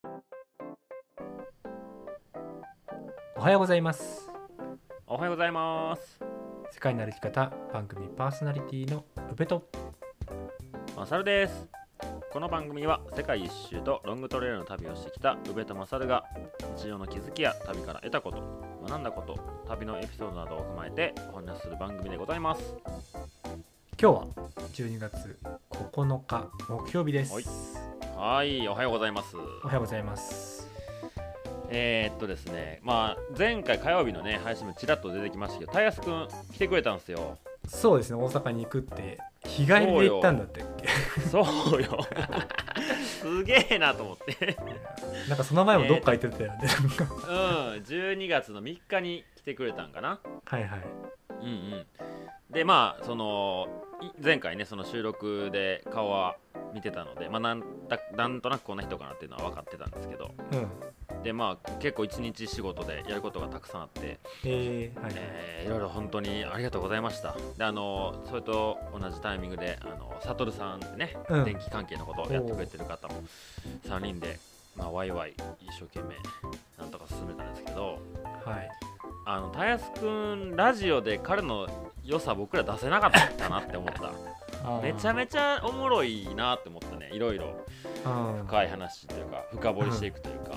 おはようございます。 おはようございます。 世界の歩き方番組パーソナリティの宇部とマサルです。この番組は世界一周とロングトレイルの旅をしてきた宇部とマサルが日常の気づきや旅から得たこと、学んだこと、旅のエピソードなどを踏まえてお話しする番組でございます。 今日は12月9日木曜日です。 はい、おはようございます。 おはようございます。 ですね、前回火曜日のね配信もちらっと出てきましたけど、たやすくん来てくれたんですよ。 そうですね、大阪に行くって日帰りで行ったんだってっけ。 そうよすげえなと思ってなんかその前もどっか行ってたよね、 12月の3日に来てくれたんかな。 はいはい。 でその前回ねその収録で顔は見てたので、なんとなくこんな人かなっていうのは分かってたんですけど、で結構一日仕事でやることがたくさんあって、いろいろ本当にありがとうございました。でそれと同じタイミングでサトルさんでね、電気関係のことをやってくれてる方も3人でワイワイ一生懸命なんとか進めたんですけど、たやすくんラジオで彼の良さ僕ら出せなかったなって思っためちゃめちゃおもろいなって思ったね。いろいろ深い話というか深掘りしていくというか、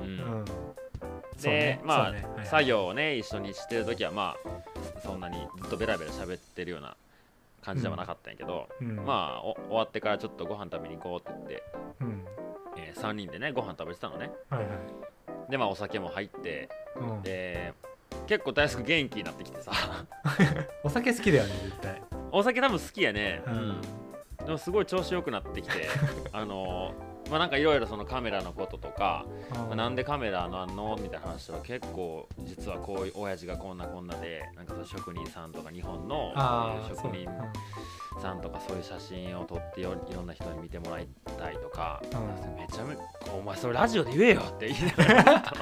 で作業をね一緒にしてるときはそんなにずっとベラベラ喋ってるような感じではなかったんやけど、終わってからちょっとご飯食べに行こうって言って、3人でねご飯食べてたのね。でお酒も入って、で結構大好き元気になってきてさお酒好きだよね絶対。 お酒多分好きやね。でもすごい調子良くなってきてなんかいろいろそのカメラのこととか、なんでカメラなんのみたいな話は結構実はこういう親父がこんなでなんかその職人さんとか日本の職人さんとかそういう写真を撮っていろんな人に見てもらいたいとか、めちゃめちゃお前それラジオで言えよって言いながら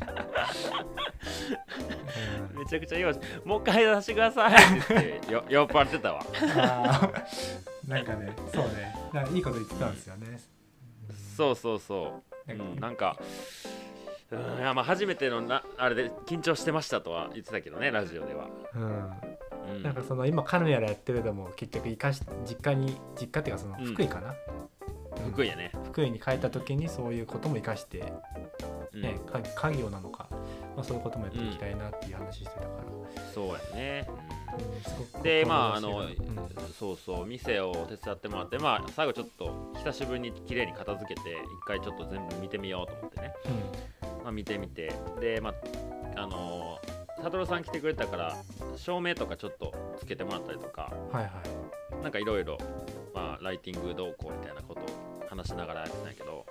めちゃくちゃ言わもう一回出してくださいって言って酔っ払ってたわなんかね、そうね、なんかいいこと言ってたんですよね。 そう、なんか初めてのあれで緊張してましたとは言ってたけどねラジオでは。 なんかその今カメラやってるのも結局実家っていうかその福井かな、 福井やね。 福井に帰った時にそういうことも生かして、家業なのか、そういうこともやっていきたいなっていう話してたから、 そうやね。 でそう店を手伝ってもらって、最後ちょっと久しぶりに綺麗に片付けて一回ちょっと全部見てみようと思ってね、見てみて、でサトルさん来てくれたから照明とかちょっとつけてもらったりとか、なんかいろいろライティングどうこうみたいなことを話しながらやってたんやけど、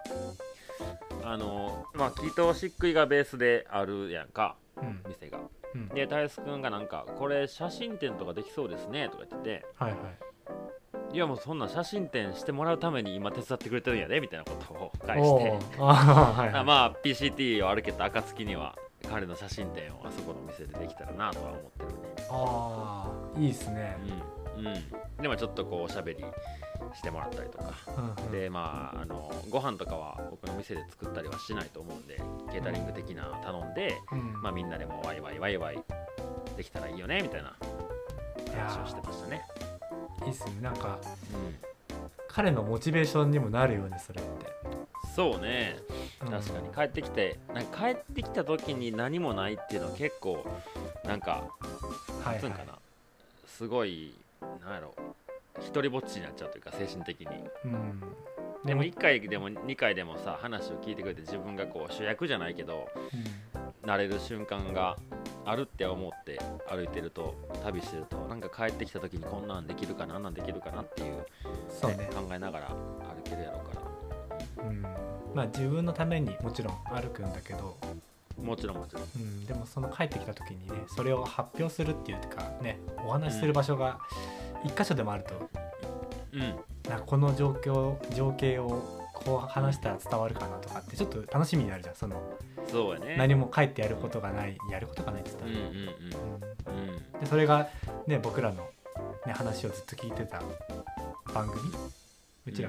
木と漆喰がベースであるやんか、店が。でたやすくんがなんかこれ写真展とかできそうですねとか言ってて、いやもうそんな写真展してもらうために今手伝ってくれてるんやでみたいなことを返して、PCT を歩けた暁には彼の写真展をあそこの店でできたらなとは思ってるね。 いいっすね。 でちょっとこうおしゃべりしてもらったりとか、でご飯とかは僕の店で作ったりはしないと思うんで、ケータリング的な頼んで、みんなでもワイワイできたらいいよねみたいな話をしてましたね。 いいっすね。なんか、彼のモチベーションにもなるよねそれって。 そうね、確かに帰ってきた時に何もないっていうのは結構なんかなんつうんかな、すごいなんやろ一人ぼっちになっちゃうというか精神的に、でも1回でも2回でもさ話を聞いてくれて自分がこう主役じゃないけど、なれる瞬間があるって思って歩いてると旅してると、なんか帰ってきた時にこんなんできるかなあんなんできるかなっていう、考えながら歩けるやろうから、 自分のためにもちろん歩くんだけど、 もちろん、 でもその帰ってきた時にねそれを発表するっていうかね、お話しする場所が一箇所でもあると、この状況をこう話したら伝わるかなとかってちょっと楽しみになるじゃん。 そうやね。 何も帰ってやることがないって言ったら、でそれがね僕らの、話をずっと聞いてた番組、うちらが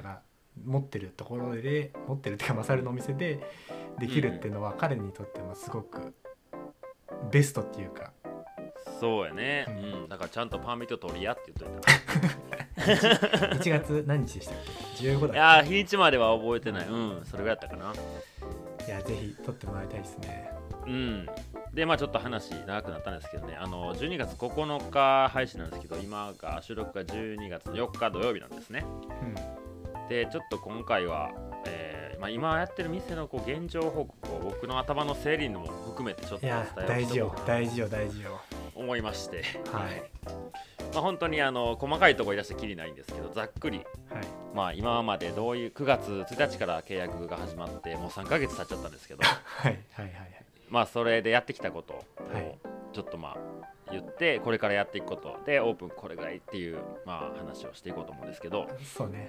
持ってるところで持ってるっていうかマサルのお店でできるっていうのは彼にとってもすごくベストっていうか。 そうやね、だからちゃんとパーミット取りやって言っといた1月何日でしたっけ？15だっけ？ いや日にちまでは覚えてない。それぐらいだったかな。 いやぜひ取ってもらいたいですね。 でちょっと話長くなったんですけどね、12月9日配信なんですけど、今が収録が12月4日土曜日なんですね。でちょっと今回は、今やってる店の現状報告を僕の頭の整理も含めてちょっと伝えようと大事よ思いまして、 はい、 本当に細かいところに出してきりないんですけど、ざっくり、今までどういう9月1日から契約が始まってもう3ヶ月経っちゃったんですけどそれでやってきたことをちょっと言ってこれからやっていくことでオープンこれぐらいっていう話をしていこうと思うんですけど、 そうね、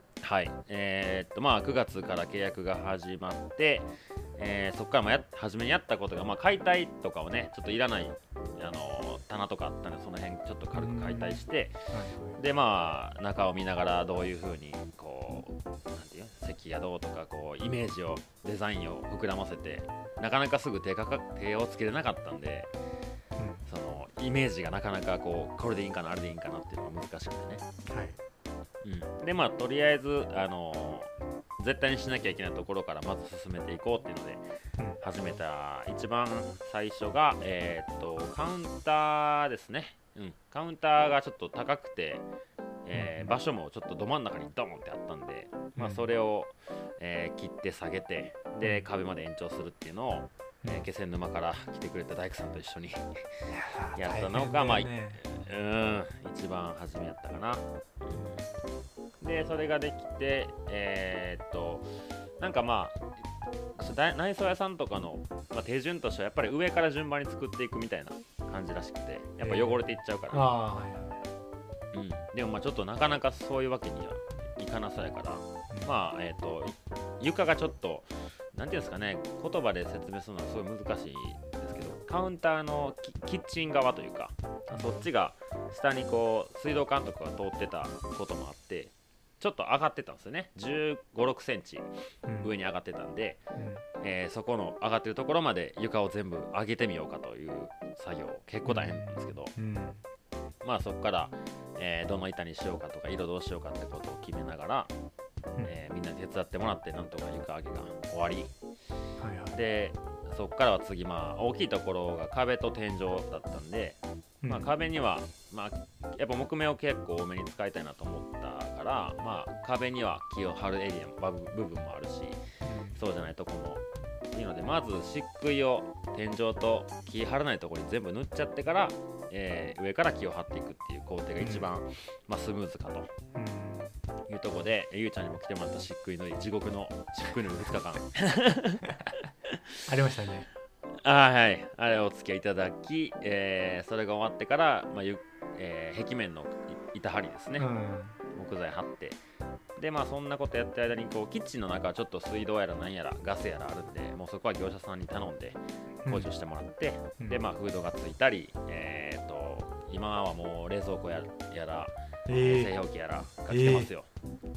9月から契約が始まって、そこから初めにやったことが解体とかをね、ちょっといらない棚とかあったのでその辺ちょっと軽く解体して、で中を見ながらどういう風になんていう席がどうとかイメージをデザインを膨らませて、なかなかすぐ手をつけれなかったんで、そのイメージがなかなかこれでいいんかなあれでいいんかなっていうのが難しくてね、でとりあえず絶対にしなきゃいけないところからまず進めていこうっていうので始めた一番最初がカウンターですね。カウンターがちょっと高くて、場所もちょっとど真ん中にドーンってあったんで、それを、切って下げてで壁まで延長するっていうのを、気仙沼から来てくれた大工さんと一緒にやったのが、一番初めやったかな。でそれができてなんか内装屋さんとかの、手順としてはやっぱり上から順番に作っていくみたいな感じらしくて、やっぱ汚れていっちゃうから、でもちょっとなかなかそういうわけにはいかなそうやから、床がちょっとなんていうんですかね、言葉で説明するのはすごい難しいんですけど、カウンターのキッチン側というか、そっちが下に水道管とかが通ってたこともあってちょっと上がってたんですよね。15、6センチ上に上がってたんで、そこの上がってるところまで床を全部上げてみようかという作業結構大変なんですけど、そこから、どの板にしようかとか色どうしようかってことを決めながら、みんなに手伝ってもらってなんとか床上げが終わり、でそこからは次大きいところが壁と天井だったんで、壁にはやっぱ木目を結構多めに使いたいなと思ったから、壁には木を張るエリア部分もあるし、そうじゃないとこもいいので、まず漆喰を天井と木張らないところに全部塗っちゃってから、上から木を張っていくっていう工程が一番、スムーズかというところで、ゆうちゃんにも来てもらった漆喰の地獄の漆喰の2日間ありましたね。 あれお付き合いいただき、それが終わってから、壁面の板張りですね、木材張って、でそんなことやってる間にキッチンの中はちょっと水道やらなんやらガスやらあるんで、もうそこは業者さんに頼んで補助してもらって、でフードがついたり、今はもう冷蔵庫やら製氷機やらが来てますよ。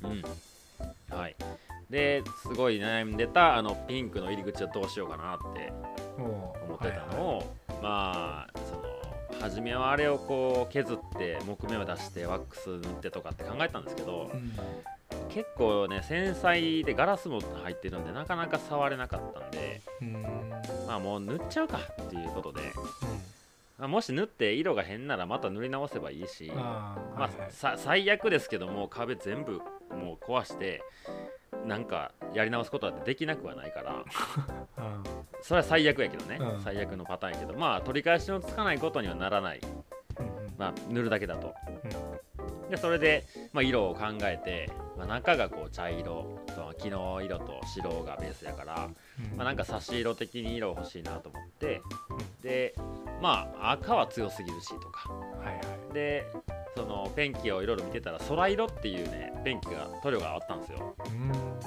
ですごい悩んでたピンクの入り口をどうしようかなって思ってたのを、初めはあれを削って木目を出してワックス塗ってとかって考えたんですけど、結構ね繊細でガラスも入ってるんでなかなか触れなかったんで、もう塗っちゃうかっていうことで、もし塗って色が変ならまた塗り直せばいいし、最悪ですけども壁全部もう壊してなんかやり直すことだってできなくはないからそれは最悪やけどね、最悪のパターンやけど、取り返しのつかないことにはならない、塗るだけだと、でそれで、色を考えて、中が茶色と木の色と白がベースやから、なんか差し色的に色欲しいなと思って、で赤は強すぎるしとか、でそのペンキをいろいろ見てたら空色っていうねペンキが塗料があったんですよ。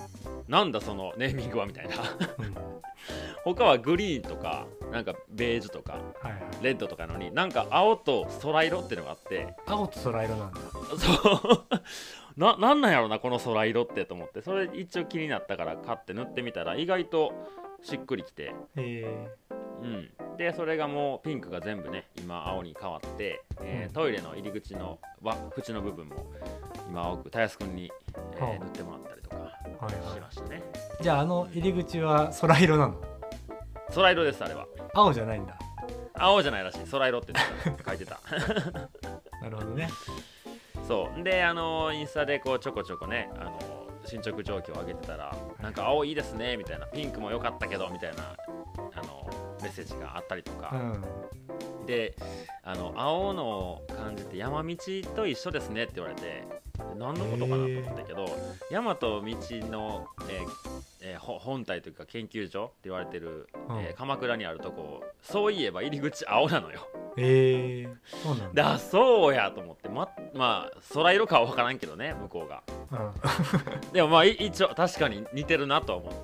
なんだそのネーミングはみたいな他はグリーンとかなんかベージュとか、はいはい、レッドとかのになんか青と空色っていうのがあって、 青と空色なんだ。 そうなんなんやろなこの空色ってと思って、それ一応気になったから買って塗ってみたら意外としっくりきて、でそれがもうピンクが全部ね今青に変わって、トイレの入り口の縁の部分も今青くたやすくんに、塗ってもらったりとかしましたね。 じゃあ入り口は空色なの？ 空色です。あれは青じゃないんだ。 青じゃないらしい。空色って書いてたなるほどね。 そうでインスタでこうちょこちょこね進捗状況を上げてたら、なんか青いいですねみたいな、ピンクも良かったけどみたいなメッセージがあったりとか、で青の感じって山道と一緒ですねって言われて、何のことかなと思ったけど、山と道の、本体というか研究所って言われてる、鎌倉にあるとこ、そういえば入り口青なのよ。 そうなんだ。 そうやと思って、まあ空色かは分からんけどね向こうが、でもまあ一応確かに似てるなと思って、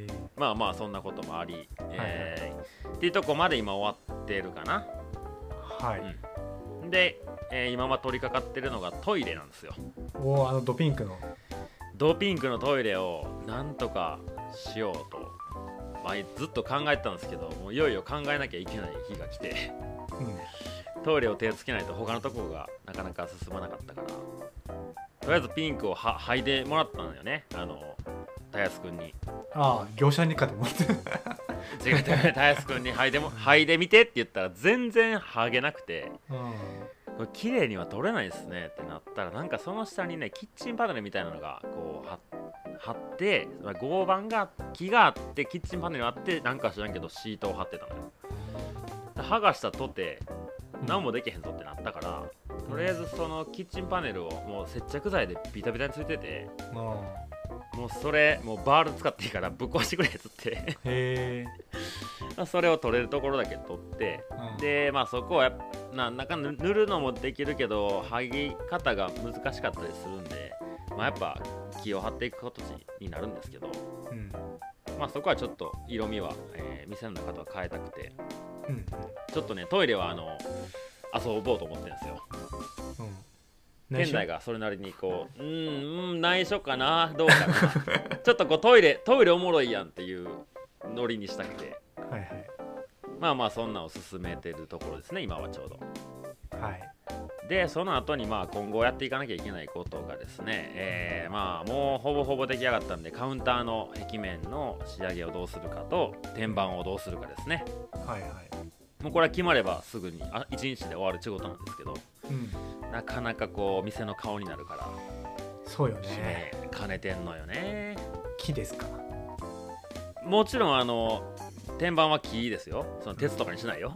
まあそんなこともあり、っていうとこまで今終わってるかな。で、今は取り掛かってるのがトイレなんですよ。 ドピンクのトイレをなんとかしようと、ずっと考えてたんですけど、もういよいよ考えなきゃいけない日が来て、トイレを手をつけないと他のところがなかなか進まなかったから、とりあえずピンクを剥いでもらったんだよね、たやすくんに。 業者にかと思って違う、たやすくんに剥いでみてって言ったら全然剥げなくて、これ綺麗には取れないですねってなったら、なんかその下にねキッチンパネルみたいなのがこう貼って、合板が木があってキッチンパネルあって、なんか知らんけどシートを貼ってたのよ。剥がしたとて何もできへんぞってなったから、とりあえずそのキッチンパネルをもう接着剤でビタビタについてて、もうそれもうバール使っていいからぶっ壊してくれっつってそれを取れるところだけ取って、でそこはなんか塗るのもできるけど剥ぎ方が難しかったりするんで、やっぱ木を貼っていくことになるんですけど、そこはちょっと色味は、店の中とは変えたくて、ちょっとねトイレは遊ぼうと思ってるんですよ。現代がそれなりにこう内緒かなどうかなちょっとこうトイレおもろいやんっていうノリにしたくて、そんなを進めてるところですね今はちょうど。でその後に今後やっていかなきゃいけないことがですね、もうほぼほぼ出来上がったんで、カウンターの壁面の仕上げをどうするかと天板をどうするかですね。もうこれは決まればすぐに1日で終わる仕事なんですけど、なかなかこう店の顔になるから、 そうよね、 兼ねてんのよね。 木ですか？ もちろん天板は木ですよ、その鉄とかにしないよ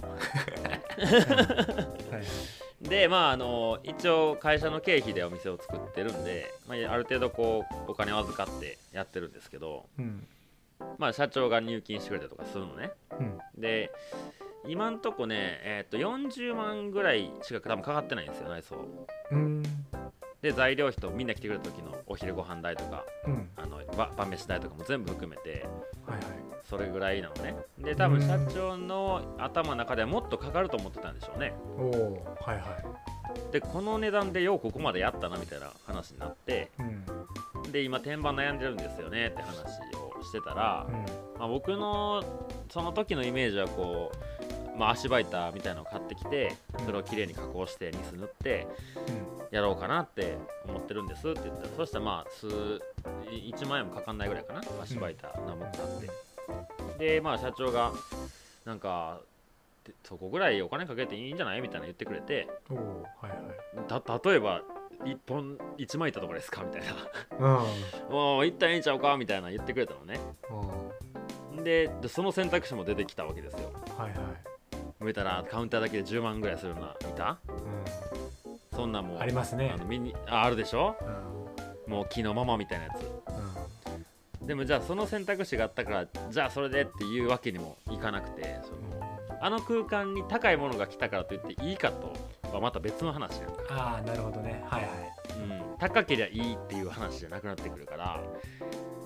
で一応会社の経費でお店を作ってるんで、ある程度こうお金を預かってやってるんですけど、社長が入金してくれたりとかするのね。で今んとこね、40万ぐらいしか多分かかってないんですよ内装。で材料費とみんな来てくれた時のお昼ご飯代とか、晩飯代とかも全部含めて、それぐらいなのね。で多分社長の頭の中ではもっとかかると思ってたんでしょうね。でこの値段でようここまでやったなみたいな話になって、で今天板悩んでるんですよねって話をしてたら、僕のその時のイメージはこう足場板みたいなのを買ってきて、それをきれいに加工してニス塗ってやろうかなって思ってるんですって言ったら、そしたら1万円もかかんないぐらいかな、足場板何も買って、で社長がなんかそこぐらいお金かけていいんじゃないみたいな言ってくれて、例えば1本1枚板とかですかみたいなもういったらいいんちゃうかみたいな言ってくれたのね。でその選択肢も出てきたわけですよ。向いたらカウンターだけで10万ぐらいするような板、そんなもうありますね。 あるでしょ、もう木のままみたいなやつ、でもじゃあその選択肢があったからじゃあそれでっていうわけにもいかなくて、あの空間に高いものが来たからといっていいかとはまた別の話やんか。 なるほどね。 高けりゃいいっていう話じゃなくなってくるから、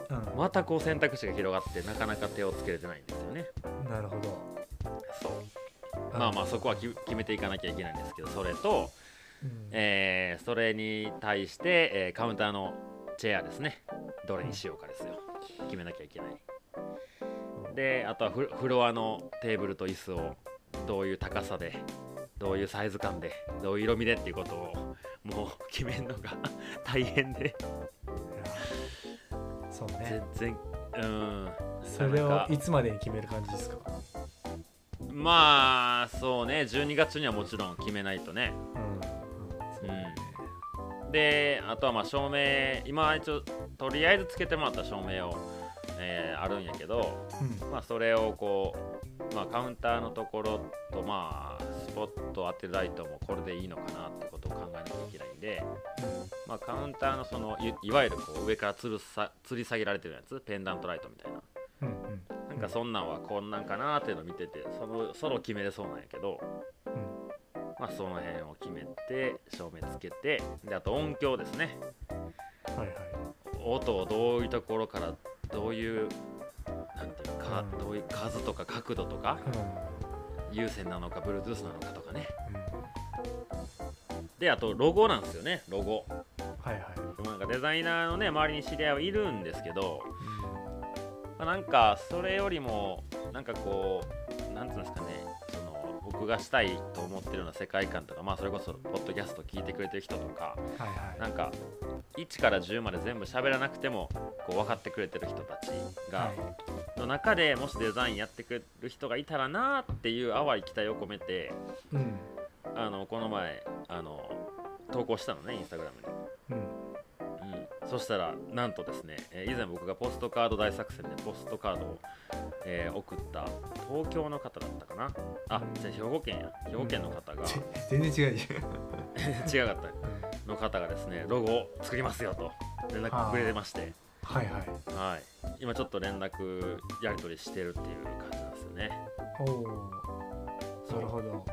またこう選択肢が広がってなかなか手をつけれてないんですよね。 なるほど。 そうまあそこは決めていかなきゃいけないんですけど、それと、それに対して、カウンターのチェアですね、どれにしようかですよ、決めなきゃいけない。であとはフロアのテーブルと椅子をどういう高さでどういうサイズ感でどういう色味でっていうことをもう決めるのが大変でそうね、 全然それをいつまでに決める感じですか？ まあそうね、12月にはもちろん決めないとね。であとはまあ照明、今一応とりあえずつけてもらった照明を、あるんやけど、まあそれをこう、まあ、カウンターのところとまあスポット当てるライトもこれでいいのかなってことを考えなきゃいけないんで、まあ、カウンターのその いわゆるこう上から吊り下げられてるやつ、ペンダントライトみたいな、なんかそんなんはこんなんかなーっていうのを見てて、その決めれそうなんやけど、まあその辺を決めて照明つけて、であと音響ですね、音をどういうところからどういうなんていうか、どういう数とか角度とか、有線なのか Bluetooth なのかとかね、であとロゴなんですよね、ロゴ。なんかデザイナーのね周りに知り合いはいるんですけど、なんかそれよりもなんかこうなんていうんですかね、その僕がしたいと思ってるような世界観とか、まあそれこそポッドキャスト聞いてくれてる人とか、なんか1から10まで全部喋らなくてもこう分かってくれてる人たちが、の中でもしデザインやってくれる人がいたらなっていう淡い期待を込めて、この前投稿したのね、インスタグラムに。そしたらなんとですね、以前僕がポストカード大作戦でポストカードを、送った東京の方だったかな、じゃあ兵庫県の方が全然違う違かったの方がですね、ロゴを作りますよと連絡くれてまして、今ちょっと連絡やり取りしてるっていう感じなんですよね。 なるほど。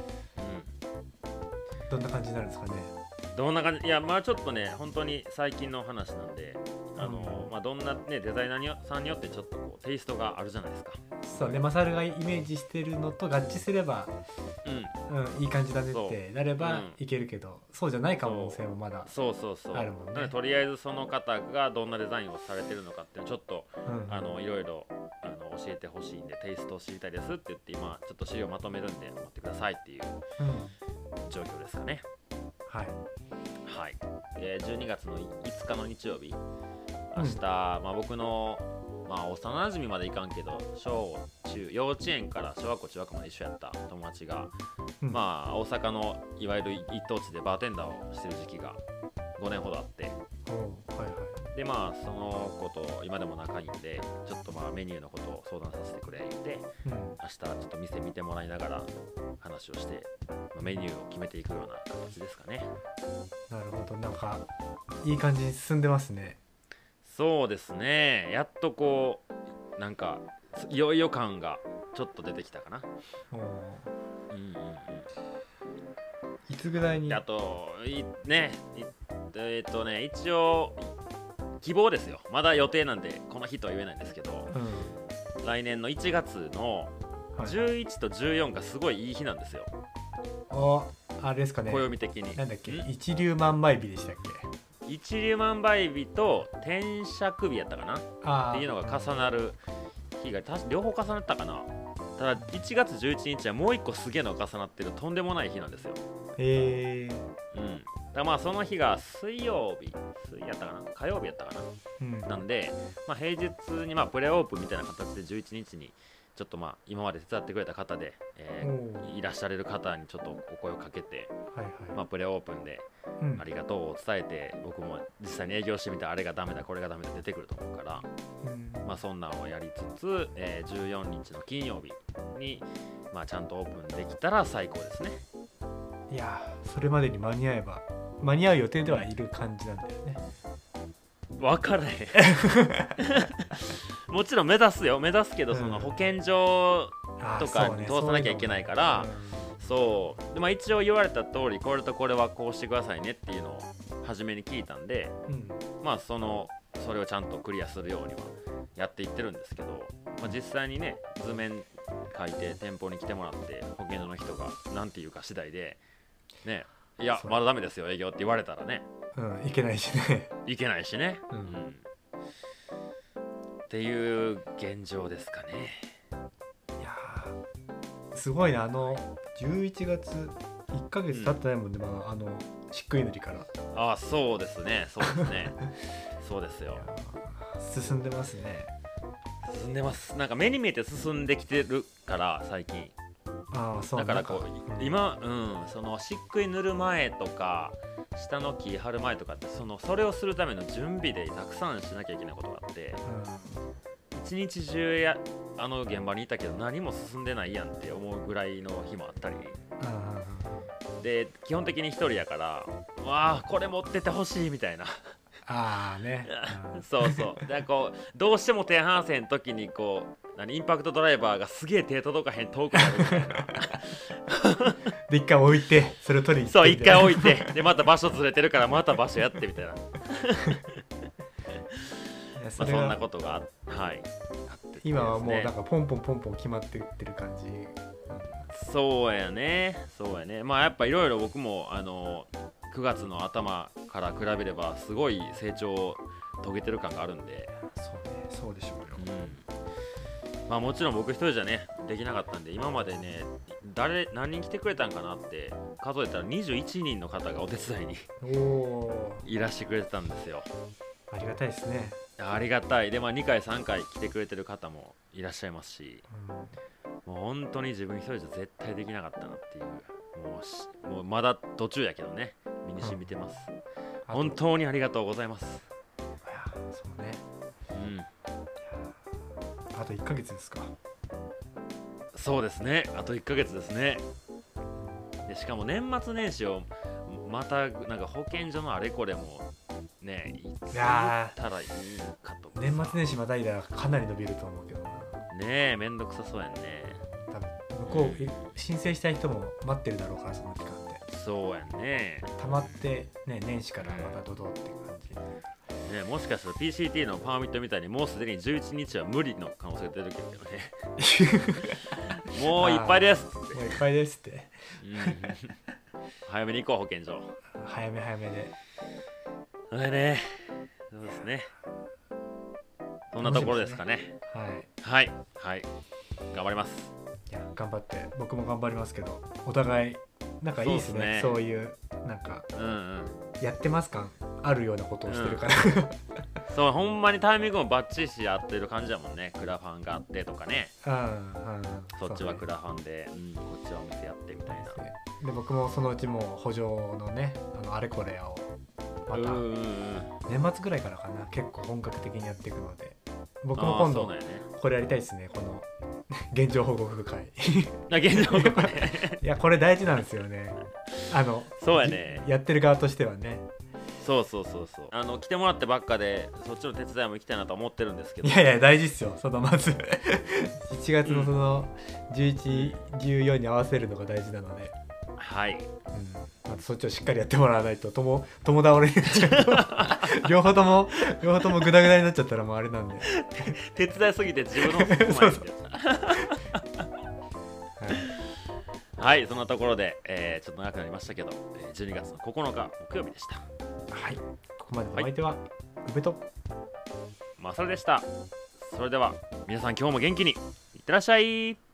どんな感じになるんですかね。 どんな感じ、いやまあちょっとね本当に最近の話なんで、まあ、どんな、ね、デザイナーさんによってちょっとこうテイストがあるじゃないですか。 そうね、マサルがイメージしてるのと合致すれば、いい感じだねってなればいけるけど、そうじゃない可能性もまだあるもんね。 とりあえずその方がどんなデザインをされてるのかっていうのをちょっと、いろいろ教えてほしいんでテイストを知りたいですって言って、今ちょっと資料まとめるんで待ってくださいっていう状況ですかね。12月の5日の日曜日、明日、まあ、僕の、まあ、幼馴染までいかんけど小中幼稚園から小学校中学校まで一緒やった友達が、まあ、大阪のいわゆる一等地でバーテンダーをしてる時期が5年ほどあって、でまあその子と今でも仲いいんで、ちょっとまあメニューのことを相談させてくれ言って、明日ちょっと店見てもらいながら話をして、メニューを決めていくような形ですかね。 なるほど、なんかいい感じに進んでますね。 そうですね、やっとこうなんかいよいよ感がちょっと出てきたかな。 いつぐらいに。 あと一応希望ですよ、まだ予定なんでこの日とは言えないんですけど、来年の1月の11と14がすごいいい日なんですよ。 あれですかね、 暦的に。 なんだっけ、一粒万倍日でしたっけ。 一粒万倍日と天釈日やったかなっていうのが重なる日が両方重なったかな。ただ1月11日はもう1個すげえのが重なってるとんでもない日なんですよ。だからまあその日が水曜日やったかな、火曜日やったかな、なんで、まあ、平日にまあプレオープンみたいな形で11日にちょっとまあ今まで手伝ってくれた方で、いらっしゃれる方にちょっとお声をかけて、まあ、プレオープンでありがとうを伝えて、僕も実際に営業してみてあれがダメだこれがダメだ出てくると思うから、まあ、そんなんをやりつつ、14日の金曜日に、まあ、ちゃんとオープンできたら最高ですね。 いやそれまでに間に合う予定ではいる感じなんだよね。 分からへんもちろん目指すけど、その保健所とかに通さなきゃいけないから、で、まあ、一応言われた通りこれとこれはこうしてくださいねっていうのを初めに聞いたんで、まあそのそれをちゃんとクリアするようにはやっていってるんですけど、実際にね図面書いて店舗に来てもらって保健所の人が何て言うか次第でね、いやまだダメですよ営業って言われたらね、 いけないしねいけないしね、っていう現状ですかね。 いやすごいね、11月1ヶ月経ってないもんね、漆喰塗りから。 そうですねそうですよ。 進んでますね。 進んでます。なんか目に見えて進んできてるから最近。 そうだから今、その漆喰塗る前とか下の木張る前とかってそれをするための準備でたくさんしなきゃいけないことがあって、一日中現場にいたけど何も進んでないやんって思うぐらいの日もあったり、で基本的に一人やからこれ持っててほしいみたいなそうでどうしても手離せん時にインパクトドライバーがすげえ手届かへん遠くなるみたいなで一回置いてそれを取りに行って一回置いてでまた場所ずれてるからまた場所やってみたいなそんなことがあって、 今はもうなんかポンポンポンポン決まってってる感じ。 そうやね。やっぱいろいろ僕も9月の頭から比べればすごい成長を遂げてる感があるんで。 そうでしょうよ。もちろん僕一人じゃねできなかったんで、今までね何人来てくれたんかなって数えたら21人の方がお手伝いにいらしてくれてたんですよ。 ありがたいですね。 ありがたい。で2回3回来てくれてる方もいらっしゃいますし、もう本当に自分一人じゃ絶対できなかったなっていう、もうまだ途中やけどね身に染みてます。本当にありがとうございます。 そうね。あと1ヶ月ですか。 そうですね、あと1ヶ月ですね。でしかも年末年始をまたなんか保健所のあれこれもね、いつやったらいいかと。 年末年始またいだらかなり伸びると思うけどな。 ねえ、めんどくさそうやんね。 多分向こう、申請したい人も待ってるだろうから、その期間ってそうやんね。 溜まってね、年始からまたドドって感じね、もしかしたら PCT のパーミットみたいにもうすでに11日は無理の可能性が出てくるけどねもういっぱいですってもういっぱいですって、 早めに行こう保健所。 早めでそうですね。そんなところですかね。はい頑張ります。 いや頑張って、僕も頑張りますけど、お互いなんかいいですね。そういうなんか、やってます感あるようなことをしてるから、 そうほんまにタイミングもバッチリ合ってる感じだもんね。クラファンがあってとかね、そっちはクラファンで、こっちはお店やってみたいな。 で僕もそのうちもう補助のね、あれこれをまた年末ぐらいからかな、結構本格的にやっていくので、僕も今度これやりたいですね、この現状報告会現状報告会いやこれ大事なんですよね。 そうやね、 やってる側としてはね。 そう来てもらってばっかでそっちの手伝いも行きたいなと思ってるんですけど、 いや大事っすよ。まず1月のその11、14に合わせるのが大事なので、またそっちをしっかりやってもらわないと共倒れになっちゃう両方ともグダグダになっちゃったらもうあれなんで手伝いすぎて自分の進まないってやつはい、そんなところで、ちょっと長くなりましたけど、12月の9日木曜日でした。 はい、ここまでのお相手は宇部とマサルでした。それでは皆さん今日も元気にいってらっしゃい。